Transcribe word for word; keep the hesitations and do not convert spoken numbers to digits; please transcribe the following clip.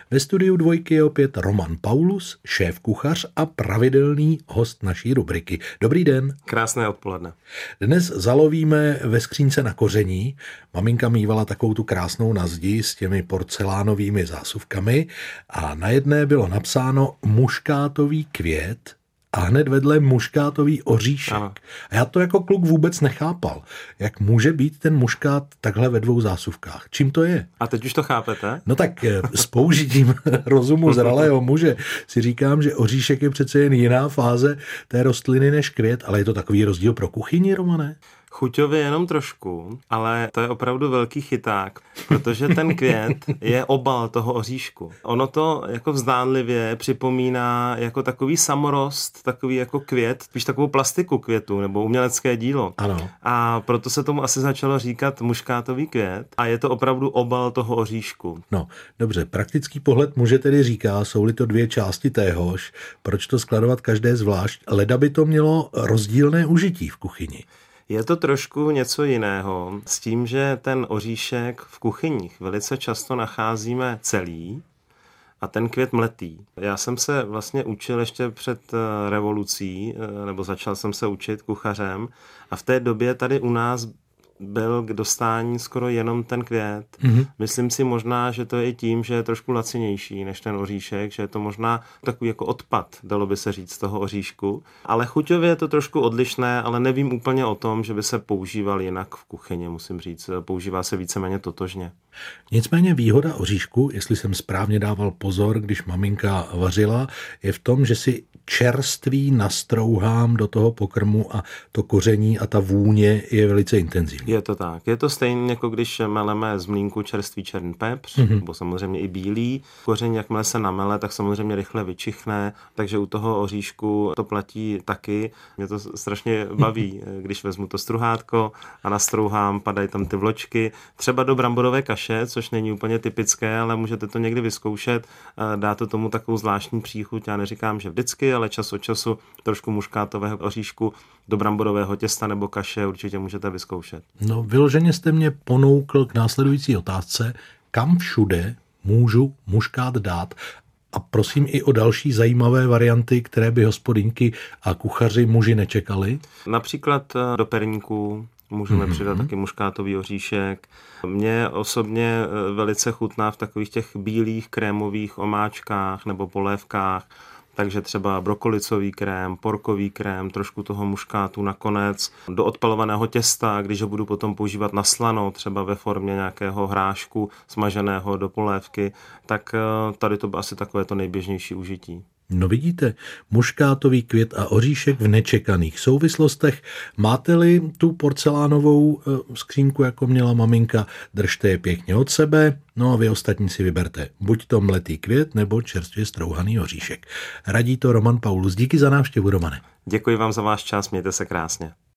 Ve studiu Dvojky je opět Roman Paulus, šéf-kuchař a pravidelný host naší rubriky. Dobrý den. Krásné odpoledne. Dnes zalovíme ve skřínce na koření. Maminka mívala takovou tu krásnou na zdi s těmi porcelánovými zásuvkami a na jedné bylo napsáno muškátový květ a hned vedle muškátový oříšek. Aha. A já to jako kluk vůbec nechápal. Jak může být ten muškát takhle ve dvou zásuvkách? Čím to je? A teď už to chápete? No tak s použitím rozumu zralého muže si říkám, že oříšek je přece jen jiná fáze té rostliny než květ, ale je to takový rozdíl pro kuchyni, Romane? Chuťově jenom trošku, ale to je opravdu velký chyták, protože ten květ je obal toho oříšku. Ono to jako vzdánlivě připomíná jako takový samorost, takový jako květ, spíš takovou plastiku květu nebo umělecké dílo. Ano. A proto se tomu asi začalo říkat muškátový květ a je to opravdu obal toho oříšku. No, dobře, praktický pohled muže tedy říká, jsou-li to dvě části téhož, proč to skladovat každé zvlášť, leda by to mělo rozdílné užití v kuchyni. Je to trošku něco jiného s tím, že ten oříšek v kuchyních velice často nacházíme celý a ten květ mletý. Já jsem se vlastně učil ještě před revolucí, nebo začal jsem se učit kuchařem a v té době tady u nás byl k dostání skoro jenom ten květ. Mm-hmm. Myslím si možná, že to je i tím, že je trošku lacinější než ten oříšek, že je to možná takový jako odpad, dalo by se říct, z toho oříšku. Ale chuťově je to trošku odlišné, ale nevím úplně o tom, že by se používal jinak v kuchyni, musím říct. Používá se víceméně totožně. Nicméně výhoda oříšku, jestli jsem správně dával pozor, když maminka vařila, je v tom, že si čerství nastrouhám do toho pokrmu a to koření a ta vůně je velice intenzivní. Je to tak. Je to stejně, jako když meleme z mlýnku čerstvý černý pepř, mm-hmm. nebo samozřejmě i bílý. Koření, jakmile se namele, tak samozřejmě rychle vyčichne, takže u toho oříšku to platí taky. Mě to strašně baví, když vezmu to struhátko a nastrouhám, padají tam ty vločky. Třeba do bramborové kaše, což není úplně typické, ale můžete to někdy vyzkoušet. Dá to tomu takovou zvláštní příchuť. Já neříkám, že vždycky, ale čas od času trošku muškátového oříšku do bramborového těsta nebo kaše určitě můžete vyzkoušet. No, vyloženě jste mě ponoukl k následující otázce, kam všude můžu muškát dát? A prosím i o další zajímavé varianty, které by hospodyňky a kuchaři muži nečekali. Například do perníků můžeme mm-hmm. přidat taky muškátový oříšek. Mně osobně velice chutná v takových těch bílých krémových omáčkách nebo polévkách. Takže třeba brokolicový krém, porkový krém, trošku toho muškátu nakonec, do odpalovaného těsta, když ho budu potom používat na slano, třeba ve formě nějakého hrášku smaženého do polévky, tak tady to asi takové to nejběžnější užití. No vidíte, muškátový květ a oříšek v nečekaných souvislostech. Máte-li tu porcelánovou skřínku, jako měla maminka, držte je pěkně od sebe, no a vy ostatní si vyberte. Buď to mletý květ, nebo čerstvě strouhaný oříšek. Radí to Roman Paulus. Díky za návštěvu, Romane. Děkuji vám za váš čas, mějte se krásně.